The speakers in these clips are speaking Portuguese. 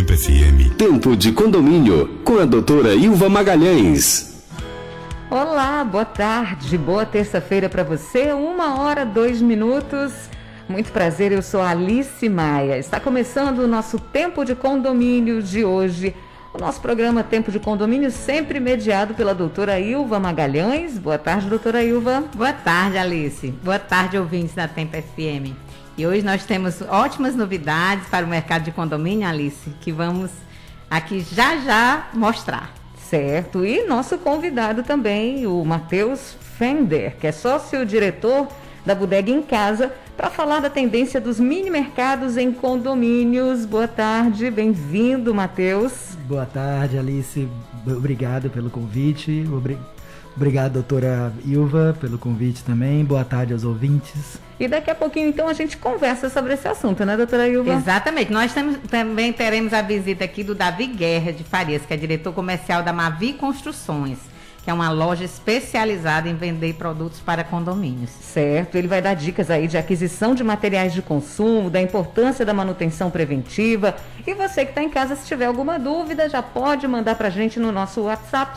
Tempo FM. Tempo de Condomínio, com a doutora Ilva Magalhães. Olá, boa tarde, boa terça-feira para você, 1h02. Muito prazer, eu sou Alice Maia. Está começando o nosso Tempo de Condomínio de hoje. O nosso programa Tempo de Condomínio sempre mediado pela doutora Ilva Magalhães. Boa tarde, doutora Ilva. Boa tarde, Alice. Boa tarde, ouvintes da Tempo FM. E hoje nós temos ótimas novidades para o mercado de condomínio, Alice, que vamos aqui já mostrar. Certo. E nosso convidado também, o Matheus Fender, que é sócio-diretor da Bodega em Casa, para falar da tendência dos mini-mercados em condomínios. Boa tarde, bem-vindo, Matheus. Boa tarde, Alice. Obrigado pelo convite. Obrigado, doutora Ilva, pelo convite também. Boa tarde aos ouvintes. E daqui a pouquinho, então, a gente conversa sobre esse assunto, né, doutora Ilva? Exatamente. Nós também teremos a visita aqui do Davi Guerra de Farias, que é diretor comercial da Mavi Construções, que é uma loja especializada em vender produtos para condomínios. Certo. Ele vai dar dicas aí de aquisição de materiais de consumo, da importância da manutenção preventiva. E você que está em casa, se tiver alguma dúvida, já pode mandar para a gente no nosso WhatsApp,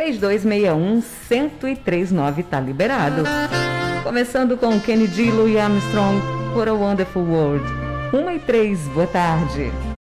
3261-1039, tá liberado. Começando com Kennedy Louis Armstrong, For a Wonderful World. 1h03, boa tarde.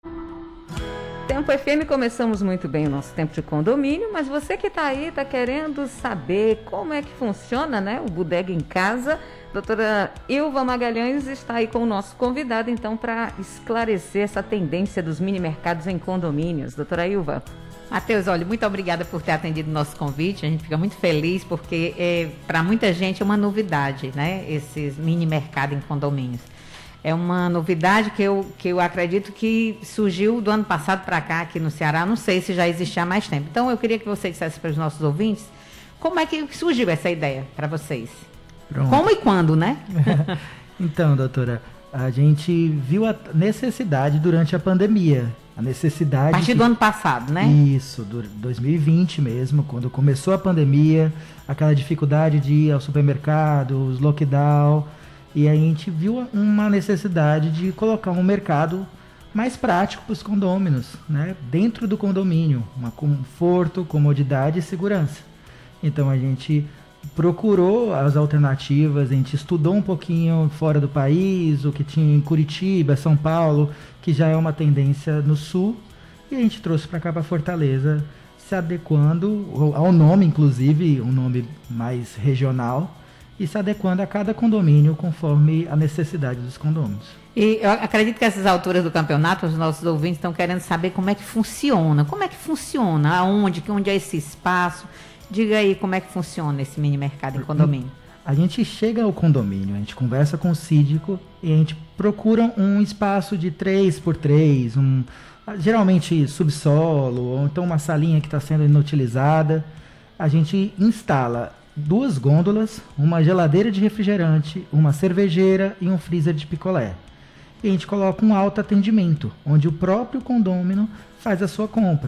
Tempo FM, começamos muito bem o nosso tempo de condomínio, mas você que está aí, está querendo saber como é que funciona, né, o Bodega em Casa. Doutora Ilva Magalhães está aí com o nosso convidado, então, para esclarecer essa tendência dos mini-mercados em condomínios. Doutora Ilva. Matheus, olha, muito obrigada por ter atendido o nosso convite. A gente fica muito feliz porque para muita gente é uma novidade, né? Esses mini-mercados em condomínios. É uma novidade que eu acredito que surgiu do ano passado para cá aqui no Ceará. Não sei se já existia há mais tempo. Então, eu queria que você dissesse para os nossos ouvintes como é que surgiu essa ideia para vocês. Pronto. Como e quando, né? Então, doutora, a gente viu a necessidade durante a pandemia. A necessidade... A partir do ano passado, né? Isso, 2020 mesmo, quando começou a pandemia, aquela dificuldade de ir ao supermercado, os lockdown, e a gente viu uma necessidade de colocar um mercado mais prático para os condôminos, né? Dentro do condomínio, um conforto, comodidade e segurança. Então a gente procurou as alternativas, a gente estudou um pouquinho fora do país, o que tinha em Curitiba, São Paulo, que já é uma tendência no sul, e a gente trouxe para cá, para Fortaleza, se adequando ao nome, inclusive, um nome mais regional, e se adequando a cada condomínio conforme a necessidade dos condôminos. E eu acredito que essas alturas do campeonato, os nossos ouvintes estão querendo saber como é que funciona. Como é que funciona? Onde é esse espaço? Diga aí como é que funciona esse mini mercado em condomínio. A gente chega ao condomínio, a gente conversa com o síndico e a gente procura um espaço de 3x3, geralmente subsolo, ou então uma salinha que está sendo inutilizada. A gente instala 2 gôndolas, uma geladeira de refrigerante, uma cervejeira e um freezer de picolé. E a gente coloca um autoatendimento, onde o próprio condômino faz a sua compra.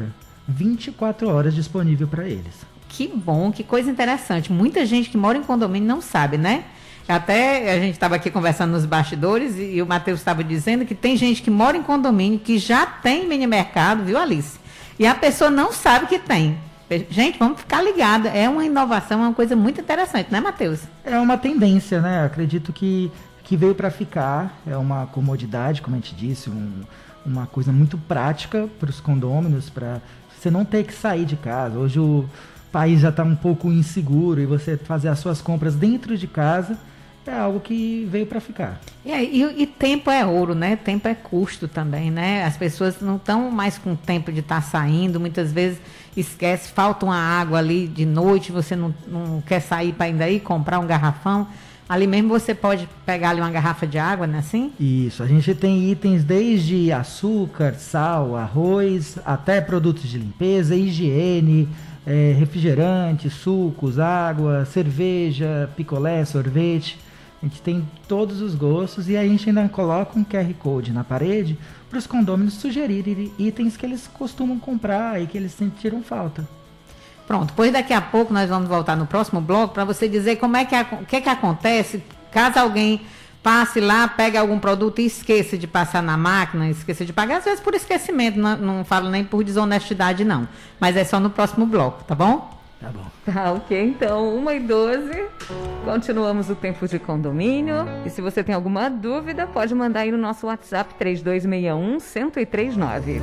24 horas disponível para eles. Que bom, que coisa interessante. Muita gente que mora em condomínio não sabe, né? Até a gente estava aqui conversando nos bastidores e o Matheus estava dizendo que tem gente que mora em condomínio que já tem mini mercado, viu, Alice? E a pessoa não sabe que tem. Gente, vamos ficar ligada. É uma inovação, é uma coisa muito interessante, né, Matheus? É uma tendência, né? Acredito que veio para ficar. É uma comodidade, como a gente disse, uma coisa muito prática para os condôminos, para você não ter que sair de casa. Hoje o país já está um pouco inseguro e você fazer as suas compras dentro de casa é algo que veio para ficar. E tempo é ouro, né? Tempo é custo também, né? As pessoas não estão mais com tempo de estar saindo, muitas vezes esquece, falta uma água ali de noite, você não quer sair para ainda ir comprar um garrafão. Ali mesmo você pode pegar ali uma garrafa de água, não é assim? Isso, a gente tem itens desde açúcar, sal, arroz, até produtos de limpeza, higiene, refrigerante, sucos, água, cerveja, picolé, sorvete. A gente tem todos os gostos e a gente ainda coloca um QR Code na parede para os condôminos sugerirem itens que eles costumam comprar e que eles sentiram falta. Pronto, pois daqui a pouco nós vamos voltar no próximo bloco para você dizer como é que o que acontece caso alguém passe lá, pegue algum produto e esqueça de passar na máquina, esqueça de pagar, às vezes por esquecimento, não falo nem por desonestidade não, mas é só no próximo bloco, tá bom? Tá bom. Tá, ok. Então, 1h12, continuamos o Tempo de Condomínio. E se você tem alguma dúvida, pode mandar aí no nosso WhatsApp 3261-1039.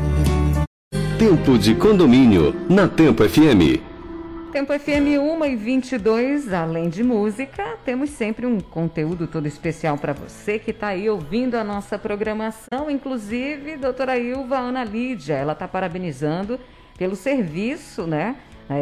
Tempo de Condomínio, na Tempo FM. Tempo FM 1h22, além de música, temos sempre um conteúdo todo especial para você que está aí ouvindo a nossa programação. Inclusive, doutora Ilva Ana Lídia, ela está parabenizando pelo serviço, né?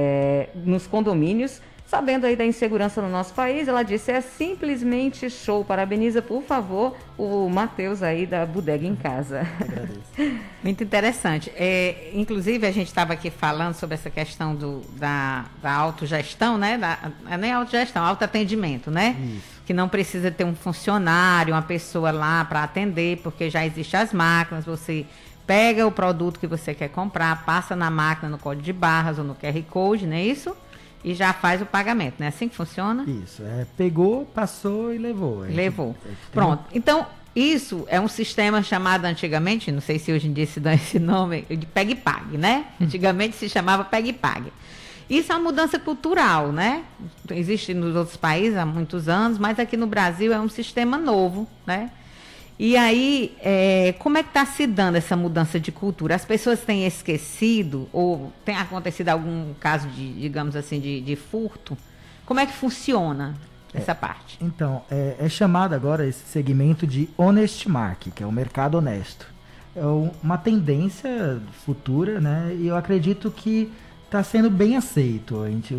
Nos condomínios, sabendo aí da insegurança no nosso país. Ela disse, é simplesmente show, parabeniza por favor o Matheus aí da Bodega em Casa. Muito interessante, inclusive a gente estava aqui falando sobre essa questão da autogestão, né, nem autogestão, autoatendimento, né, que não precisa ter um funcionário, uma pessoa lá para atender, porque já existem as máquinas, você pega o produto que você quer comprar, passa na máquina, no código de barras ou no QR Code, não é isso? E já faz o pagamento, não é assim que funciona? Isso, pegou, passou e levou. Levou. Pronto. Então, isso é um sistema chamado antigamente, não sei se hoje em dia se dá esse nome, de Pega e Pague, né? Antigamente se chamava Pega e Pague. Isso é uma mudança cultural, né? Existe nos outros países há muitos anos, mas aqui no Brasil é um sistema novo, né? E aí, como é que está se dando essa mudança de cultura? As pessoas têm esquecido, ou tem acontecido algum caso de, digamos assim, de furto? Como é que funciona essa parte? Então, é chamado agora esse segmento de Honest Market, que é o mercado honesto. É uma tendência futura, né? E eu acredito que está sendo bem aceito.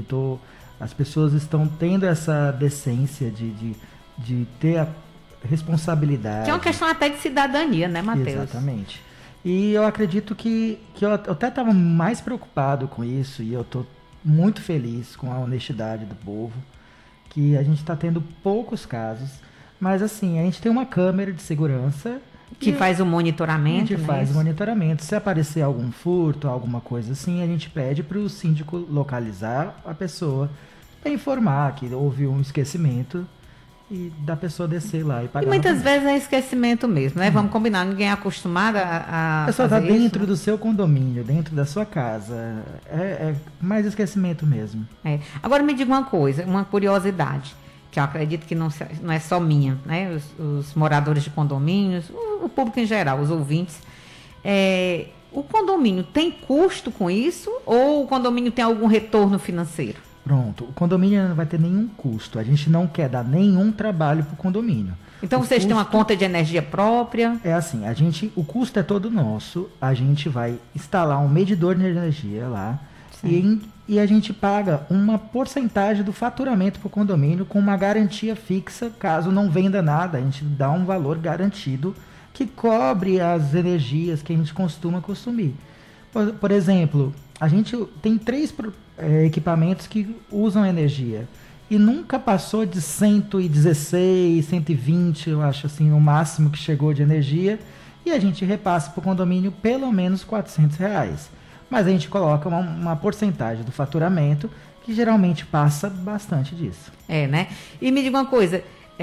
As pessoas estão tendo essa decência de ter a responsabilidade. Que é uma questão até de cidadania, né, Matheus? Exatamente. E eu acredito que eu até estava mais preocupado com isso, e eu estou muito feliz com a honestidade do povo, que a gente está tendo poucos casos, mas assim, a gente tem uma câmera de segurança que faz o monitoramento. A gente faz o monitoramento. Se aparecer algum furto, alguma coisa assim, a gente pede para o síndico localizar a pessoa para informar que houve um esquecimento e da pessoa descer lá e pagar. E muitas vezes é esquecimento mesmo, né? Vamos combinar, ninguém é acostumado a pessoa está dentro isso, do seu condomínio, dentro da sua casa. É mais esquecimento mesmo. Agora me diga uma coisa, uma curiosidade, que eu acredito que não é só minha, né? Os moradores de condomínios, o público em geral, os ouvintes. O condomínio tem custo com isso ou o condomínio tem algum retorno financeiro? Pronto, o condomínio não vai ter nenhum custo. A gente não quer dar nenhum trabalho para o condomínio. Então vocês têm uma conta de energia própria? É assim, o custo é todo nosso. A gente vai instalar um medidor de energia lá e a gente paga uma porcentagem do faturamento para o condomínio com uma garantia fixa. Caso não venda nada, a gente dá um valor garantido que cobre as energias que a gente costuma consumir. Por exemplo, a gente tem 3 equipamentos que usam energia e nunca passou de 116, 120, eu acho assim, o máximo que chegou de energia, e a gente repassa para o condomínio pelo menos R$400. Mas a gente coloca uma porcentagem do faturamento que geralmente passa bastante disso. Né? E me diga uma coisa,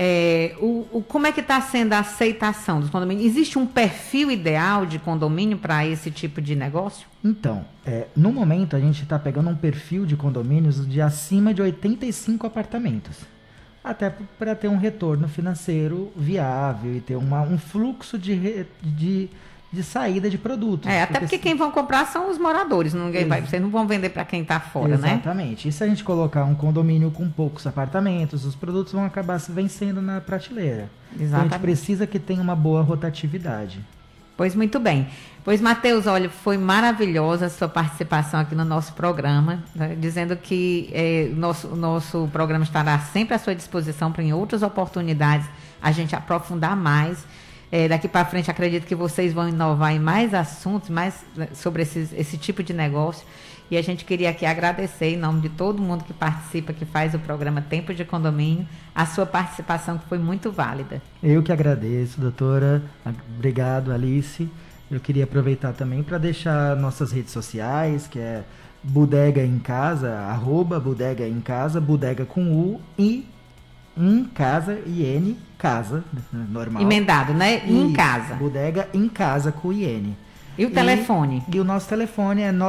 como é que está sendo a aceitação dos condomínios? Existe um perfil ideal de condomínio para esse tipo de negócio? Então, no momento a gente está pegando um perfil de condomínios de acima de 85 apartamentos. Até para ter um retorno financeiro viável e ter um fluxo de saída de produtos. Até porque quem vão comprar são os moradores, vocês não vão vender para quem está fora, né? Exatamente. E se a gente colocar um condomínio com poucos apartamentos, os produtos vão acabar se vencendo na prateleira. Exatamente. Então a gente precisa que tenha uma boa rotatividade. Pois muito bem. Pois, Matheus, olha, foi maravilhosa a sua participação aqui no nosso programa, né? Dizendo que o nosso programa estará sempre à sua disposição para em outras oportunidades a gente aprofundar mais. Daqui para frente, acredito que vocês vão inovar em mais assuntos, mais sobre esse tipo de negócio. E a gente queria aqui agradecer, em nome de todo mundo que participa, que faz o programa Tempo de Condomínio, a sua participação, que foi muito válida. Eu que agradeço, doutora. Obrigado, Alice. Eu queria aproveitar também para deixar nossas redes sociais, que é Bodega em Casa, @Bodega em Casa, Bodega com U, e Em casa, IN, casa, normal. Emendado, né? Em Isso, casa. Bodega em casa com IN. E o telefone? E o nosso telefone é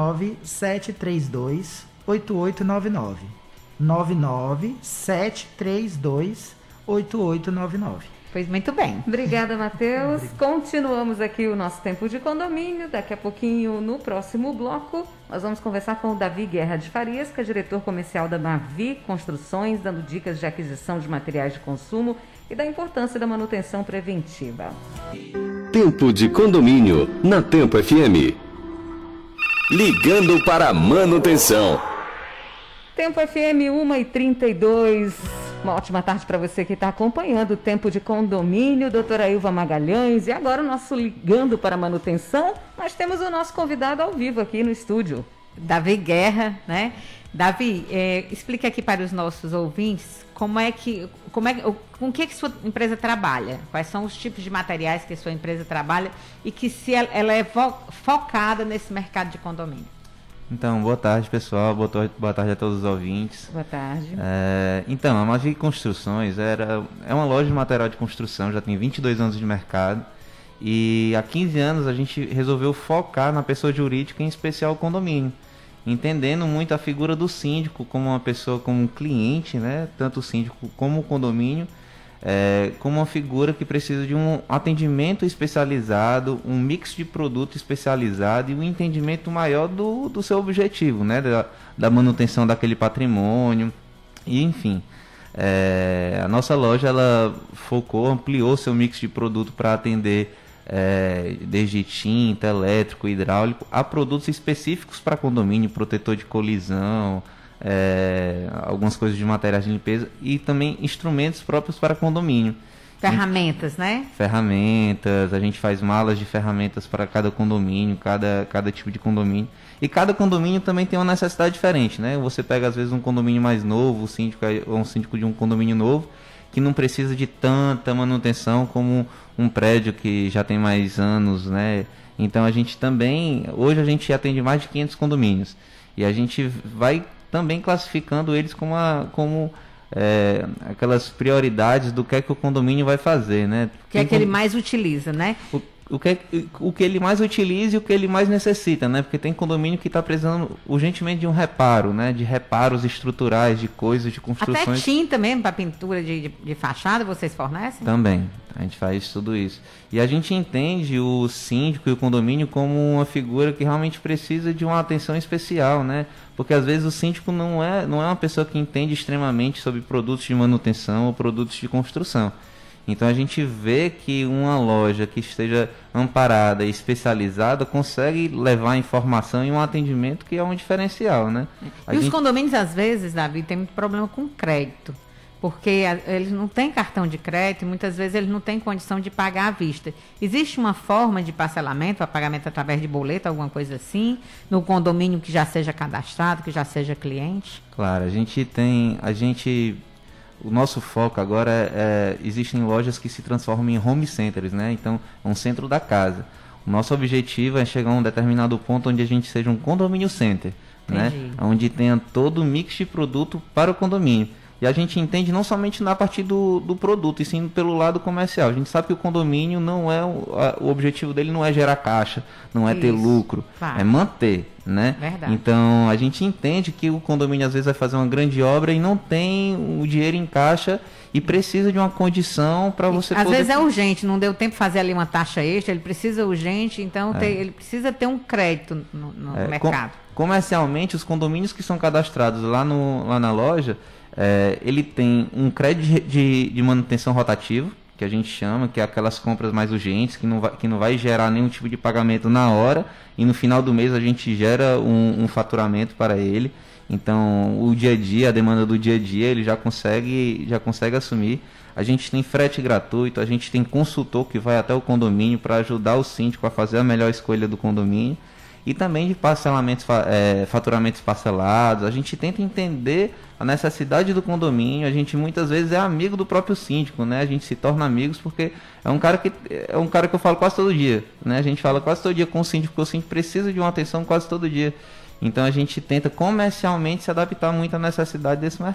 99732-8899. 99732-8899. Pois muito bem. Obrigada, Matheus. Continuamos aqui o nosso tempo de condomínio. Daqui a pouquinho, no próximo bloco, nós vamos conversar com o Davi Guerra de Farias, que é diretor comercial da Mavi Construções, dando dicas de aquisição de materiais de consumo e da importância da manutenção preventiva. Tempo de condomínio, na Tempo FM. Ligando para a manutenção. Tempo FM 1h32. Uma ótima tarde para você que está acompanhando o Tempo de Condomínio, doutora Ilva Magalhães. E agora o nosso Ligando para a Manutenção, nós temos o nosso convidado ao vivo aqui no estúdio. Davi Guerra, né? Davi, explique aqui para os nossos ouvintes com que sua empresa trabalha, quais são os tipos de materiais que a sua empresa trabalha e que se ela é focada nesse mercado de condomínio. Então, boa tarde, pessoal. Boa tarde a todos os ouvintes. Boa tarde. Então, a Mavi Construções é uma loja de material de construção, já tem 22 anos de mercado. E há 15 anos a gente resolveu focar na pessoa jurídica, em especial o condomínio. Entendendo muito a figura do síndico como uma pessoa, como um cliente, né? Tanto o síndico como o condomínio. Como uma figura que precisa de um atendimento especializado, um mix de produto especializado e um entendimento maior do seu objetivo, né? Da manutenção daquele patrimônio, e enfim. A nossa loja ela ampliou seu mix de produto para atender desde tinta, elétrico, hidráulico, a produtos específicos para condomínio, protetor de colisão, algumas coisas de materiais de limpeza e também instrumentos próprios para condomínio. Ferramentas, né? Ferramentas, a gente faz malas de ferramentas para cada condomínio, cada tipo de condomínio. E cada condomínio também tem uma necessidade diferente, né? Você pega às vezes um condomínio mais novo, um síndico de um condomínio novo, que não precisa de tanta manutenção como um prédio que já tem mais anos, né? Então hoje a gente atende mais de 500 condomínios. E a gente vai também classificando eles como aquelas prioridades do que é que o condomínio vai fazer, né? O que é que ele mais utiliza, né? O que ele mais utiliza e o que ele mais necessita, né? Porque tem condomínio que está precisando urgentemente de um reparo, né? De reparos estruturais, de coisas, de construções. Até tinta mesmo para pintura de fachada vocês fornecem? Também, a gente faz tudo isso. E a gente entende o síndico e o condomínio como uma figura que realmente precisa de uma atenção especial, né? Porque às vezes o síndico não é uma pessoa que entende extremamente sobre produtos de manutenção ou produtos de construção. Então a gente vê que uma loja que esteja amparada e especializada consegue levar a informação e um atendimento que é um diferencial, né? Os condomínios, às vezes, Davi, tem muito problema com crédito, porque eles não têm cartão de crédito e muitas vezes eles não têm condição de pagar à vista. Existe uma forma de parcelamento, a pagamento através de boleto, alguma coisa assim, no condomínio que já seja cadastrado, que já seja cliente? Claro, o nosso foco agora existem lojas que se transformam em home centers, né? Então, é um centro da casa. O nosso objetivo é chegar a um determinado ponto onde a gente seja um condomínio center, né? Onde tenha todo o mix de produto para o condomínio. E a gente entende não somente na parte do produto, e sim pelo lado comercial. A gente sabe que o condomínio não é o objetivo dele não é gerar caixa, não é ter lucro, é manter, né? Verdade. Então a gente entende que o condomínio às vezes vai fazer uma grande obra e não tem o dinheiro em caixa e precisa de uma condição para você poder... Às vezes é urgente, não deu tempo de fazer ali uma taxa extra, ele precisa urgente, então ele precisa ter um crédito no mercado. Comercialmente, os condomínios que são cadastrados lá na loja, ele tem um crédito de manutenção rotativo, que a gente chama, que é aquelas compras mais urgentes, que não vai gerar nenhum tipo de pagamento na hora, e no final do mês a gente gera um faturamento para ele. Então, o dia a dia, a demanda do dia a dia, ele já consegue assumir. A gente tem frete gratuito, a gente tem consultor que vai até o condomínio para ajudar o síndico a fazer a melhor escolha do condomínio. E também de parcelamentos, faturamentos parcelados. A gente tenta entender a necessidade do condomínio. A gente muitas vezes é amigo do próprio síndico, né? A gente se torna amigos porque é um cara que eu falo quase todo dia, né? A gente fala quase todo dia com o síndico, porque o síndico precisa de uma atenção quase todo dia. Então a gente tenta comercialmente se adaptar muito à necessidade desse mercado.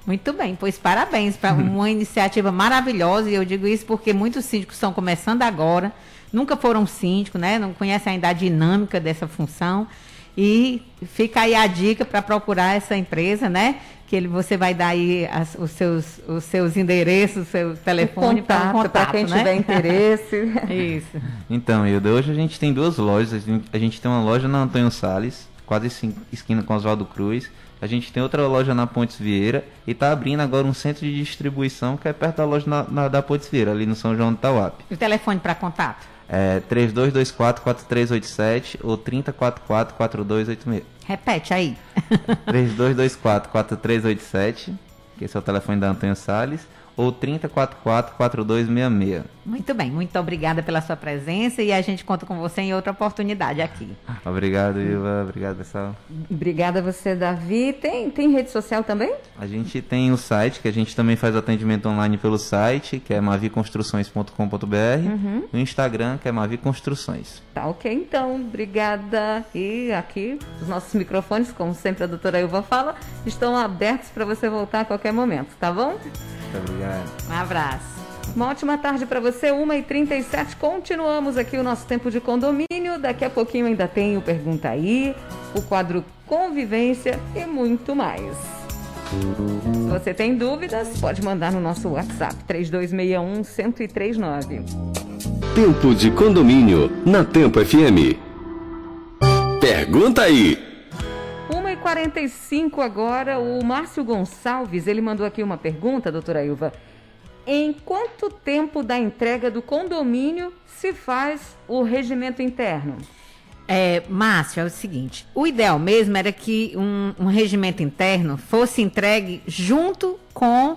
Muito bem, pois parabéns para uma iniciativa maravilhosa, e eu digo isso porque muitos síndicos estão começando agora, nunca foram síndicos, né? Não conhecem ainda a dinâmica dessa função, e fica aí a dica para procurar essa empresa, né? Que você vai dar aí os seus endereços, o seu telefone para um contato, para quem tiver interesse. Isso. Então, Hilda, hoje a gente tem 2 lojas. A gente tem uma loja na Antônio Salles, quase esquina com Oswaldo Cruz. A gente tem outra loja na Pontes Vieira e está abrindo agora um centro de distribuição que é perto da loja da Pontes Vieira, ali no São João do Tauape. E o telefone para contato? É 3224-4387 ou 3044-4286. Repete aí. 3224-4387, que esse é o telefone da Antônio Salles, ou 3044-4266. Muito bem, muito obrigada pela sua presença e a gente conta com você em outra oportunidade aqui. Obrigado, Iva. Obrigado, pessoal. Obrigada a você, Davi. Tem rede social também? A gente tem o site, que a gente também faz atendimento online pelo site, que é maviconstruções.com.br, no Instagram, que é Mavi Construções. Tá, ok, então. Obrigada. E aqui, os nossos microfones, como sempre a doutora Ilva fala, estão abertos para você voltar a qualquer momento, tá bom? Muito obrigado. Um abraço. Uma ótima tarde para você, 1h37. Continuamos aqui o nosso tempo de condomínio. Daqui a pouquinho ainda tem o Pergunta Aí, o quadro Convivência e muito mais. Se você tem dúvidas, pode mandar no nosso WhatsApp, 3261-1039. Tempo de condomínio, na Tempo FM. Pergunta Aí. 1h45 agora, o Márcio Gonçalves, ele mandou aqui uma pergunta, doutora Ilva. Em quanto tempo da entrega do condomínio se faz o regimento interno? Márcio, é o seguinte, o ideal mesmo era que um regimento interno fosse entregue junto com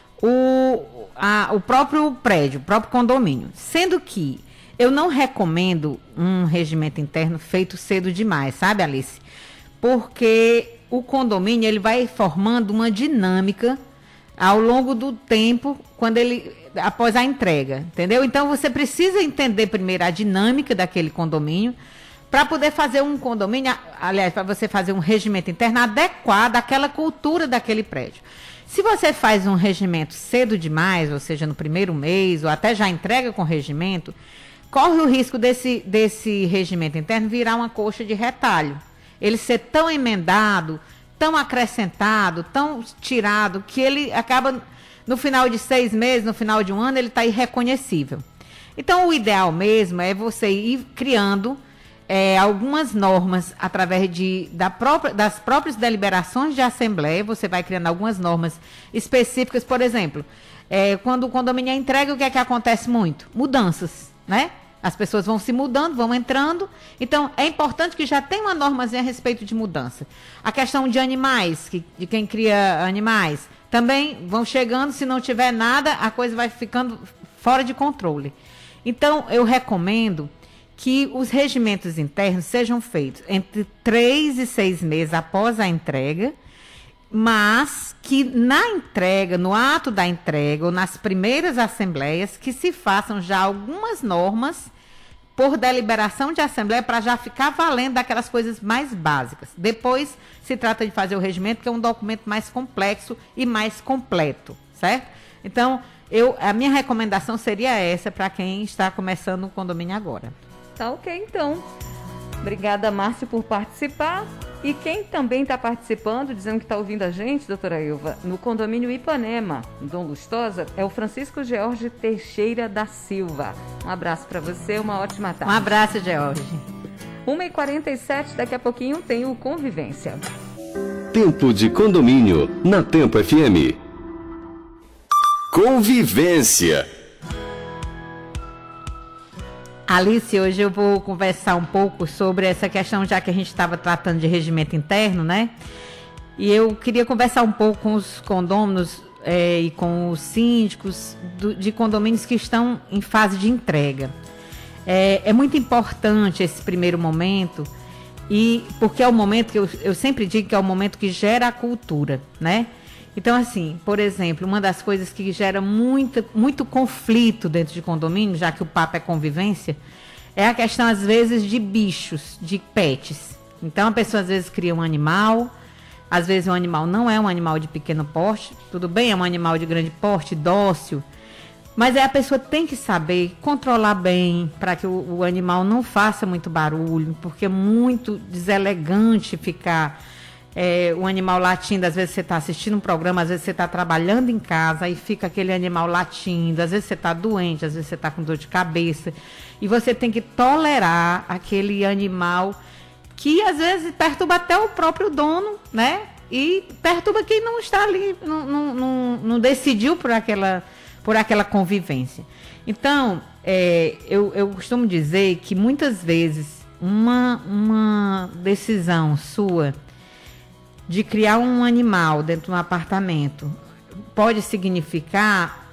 o próprio prédio, o próprio condomínio. Sendo que eu não recomendo um regimento interno feito cedo demais, sabe, Alice? Porque o condomínio ele vai formando uma dinâmica ao longo do tempo, após a entrega, entendeu? Então você precisa entender primeiro a dinâmica daquele condomínio para poder fazer um condomínio, aliás, para você fazer um regimento interno adequado àquela cultura daquele prédio. Se você faz um regimento cedo demais, ou seja, no primeiro mês, ou até já entrega com regimento, corre o risco desse regimento interno virar uma coxa de retalho. Ele ser tão emendado, tão acrescentado, tão tirado, que ele acaba, no final de 6 meses, no final de um ano, ele está irreconhecível. Então, o ideal mesmo é você ir criando algumas normas através das próprias deliberações de assembleia. Você vai criando algumas normas específicas. Por exemplo, quando o condomínio é entregue, o que é que acontece muito? Mudanças, né? As pessoas vão se mudando, vão entrando. Então, é importante que já tenha uma normazinha a respeito de mudança. A questão de animais, de quem cria animais, também vão chegando. Se não tiver nada, a coisa vai ficando fora de controle. Então, eu recomendo que os regimentos internos sejam feitos entre 3 e 6 meses após a entrega, mas que na entrega, no ato da entrega ou nas primeiras assembleias, que se façam já algumas normas por deliberação de assembleia para já ficar valendo daquelas coisas mais básicas. Depois se trata de fazer o regimento, que é um documento mais complexo e mais completo, certo? Então, a minha recomendação seria essa para quem está começando o condomínio agora. Tá ok, então. Obrigada, Márcio, por participar. E quem também está participando, dizendo que está ouvindo a gente, doutora Ilva, no condomínio Ipanema, Dom Lustosa, é o Francisco George Teixeira da Silva. Um abraço para você, uma ótima tarde. Um abraço, George. 1h47, daqui a pouquinho tem o Convivência. Tempo de condomínio, na Tempo FM. Convivência. Alice, hoje eu vou conversar um pouco sobre essa questão, já que a gente estava tratando de regimento interno, né? E eu queria conversar um pouco com os condôminos e com os síndicos de condomínios que estão em fase de entrega. É muito importante esse primeiro momento, porque é o momento que eu sempre digo que é o momento que gera a cultura, né? Então, assim, por exemplo, uma das coisas que gera muito conflito dentro de condomínio, já que o papo é convivência, é a questão, às vezes, de bichos, de pets. Então, a pessoa, às vezes, cria um animal, Às vezes o animal não é um animal de pequeno porte, tudo bem, é um animal de grande porte, dócil, mas a pessoa tem que saber controlar bem para que o animal não faça muito barulho, porque é muito deselegante ficar o animal latindo. Às vezes você está assistindo um programa, às vezes você está trabalhando em casa e fica aquele animal latindo, às vezes você está doente, às vezes você está com dor de cabeça, e você tem que tolerar aquele animal que às vezes perturba até o próprio dono, né? E perturba quem não está ali, não decidiu por aquela convivência. Então, eu costumo dizer que muitas vezes uma decisão sua de criar um animal dentro de um apartamento pode significar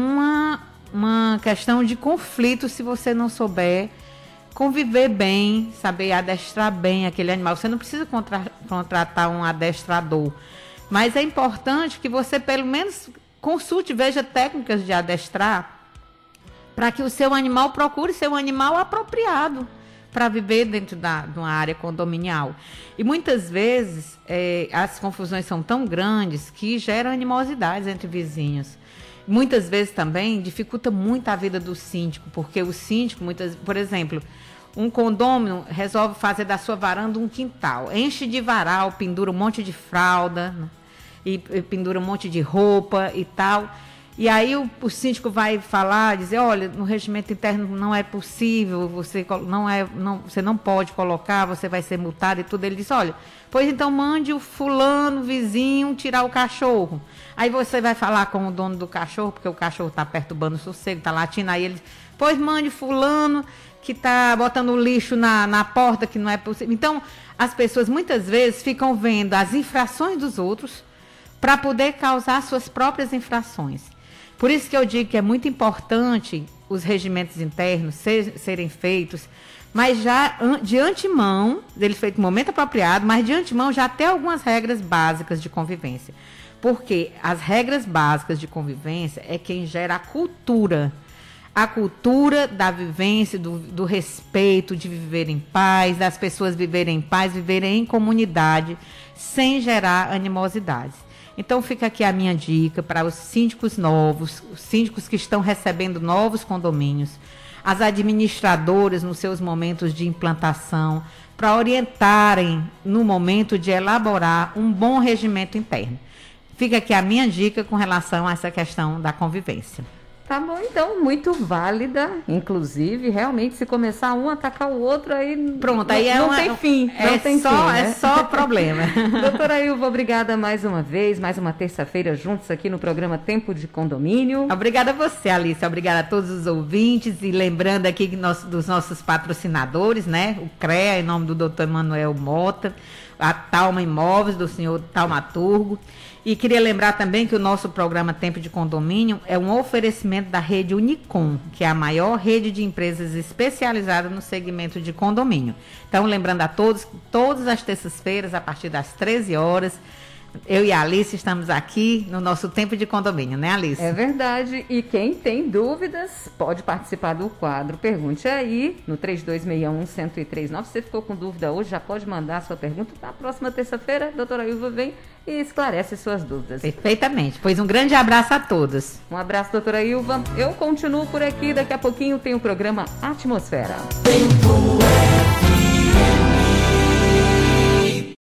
uma questão de conflito se você não souber conviver bem, saber adestrar bem aquele animal. Você não precisa contratar um adestrador, mas é importante que você pelo menos consulte, veja técnicas de adestrar para que o seu animal procure ser um animal apropriado para viver dentro de uma área condominial. E muitas vezes as confusões são tão grandes que geram animosidades entre vizinhos. Muitas vezes também dificulta muito a vida do síndico, porque o síndico, por exemplo, um condômino resolve fazer da sua varanda um quintal, enche de varal, pendura um monte de fralda, e pendura um monte de roupa e tal. E aí o síndico vai falar, dizer, olha, no regimento interno não é possível, você não pode colocar, você vai ser multado e tudo. Ele diz, olha, pois então mande o fulano, vizinho, tirar o cachorro. Aí você vai falar com o dono do cachorro, porque o cachorro está perturbando o sossego, está latindo, aí ele diz, pois mande fulano que está botando lixo na porta, que não é possível. Então, as pessoas muitas vezes ficam vendo as infrações dos outros para poder causar suas próprias infrações. Por isso que eu digo que é muito importante os regimentos internos serem feitos, mas já de antemão, deles feito no momento apropriado, mas de antemão já ter algumas regras básicas de convivência. Porque as regras básicas de convivência é quem gera a cultura da vivência, do respeito, de viver em paz, das pessoas viverem em paz, viverem em comunidade, sem gerar animosidades. Então fica aqui a minha dica para os síndicos novos, os síndicos que estão recebendo novos condomínios, as administradoras nos seus momentos de implantação, para orientarem no momento de elaborar um bom regimento interno. Fica aqui a minha dica com relação a essa questão da convivência. Tá bom, então, muito válida, inclusive, realmente, se começar um a atacar o outro, aí pronto, aí não tem fim. É só problema. Doutora Ilva, obrigada mais uma vez, mais uma terça-feira juntos aqui no programa Tempo de Condomínio. Obrigada a você, Alice, obrigada a todos os ouvintes, e lembrando aqui dos nossos patrocinadores, né, o CREA, em nome do doutor Emanuel Mota, a Talma Imóveis, do senhor Taumaturgo. E queria lembrar também que o nosso programa Tempo de Condomínio é um oferecimento da rede Unicom, que é a maior rede de empresas especializada no segmento de condomínio. Então, lembrando a todos, todas as terças-feiras, a partir das 13 horas, eu e a Alice estamos aqui no nosso Tempo de Condomínio, né, Alice? É verdade. E quem tem dúvidas pode participar do quadro. Pergunte aí no 3261-1039. Se você ficou com dúvida hoje, já pode mandar a sua pergunta. Na próxima terça-feira, a doutora Ilva vem e esclarece suas dúvidas. Perfeitamente. Pois um grande abraço a todos. Um abraço, doutora Ilva. Eu continuo por aqui. Daqui a pouquinho tem o programa Atmosfera. Tempo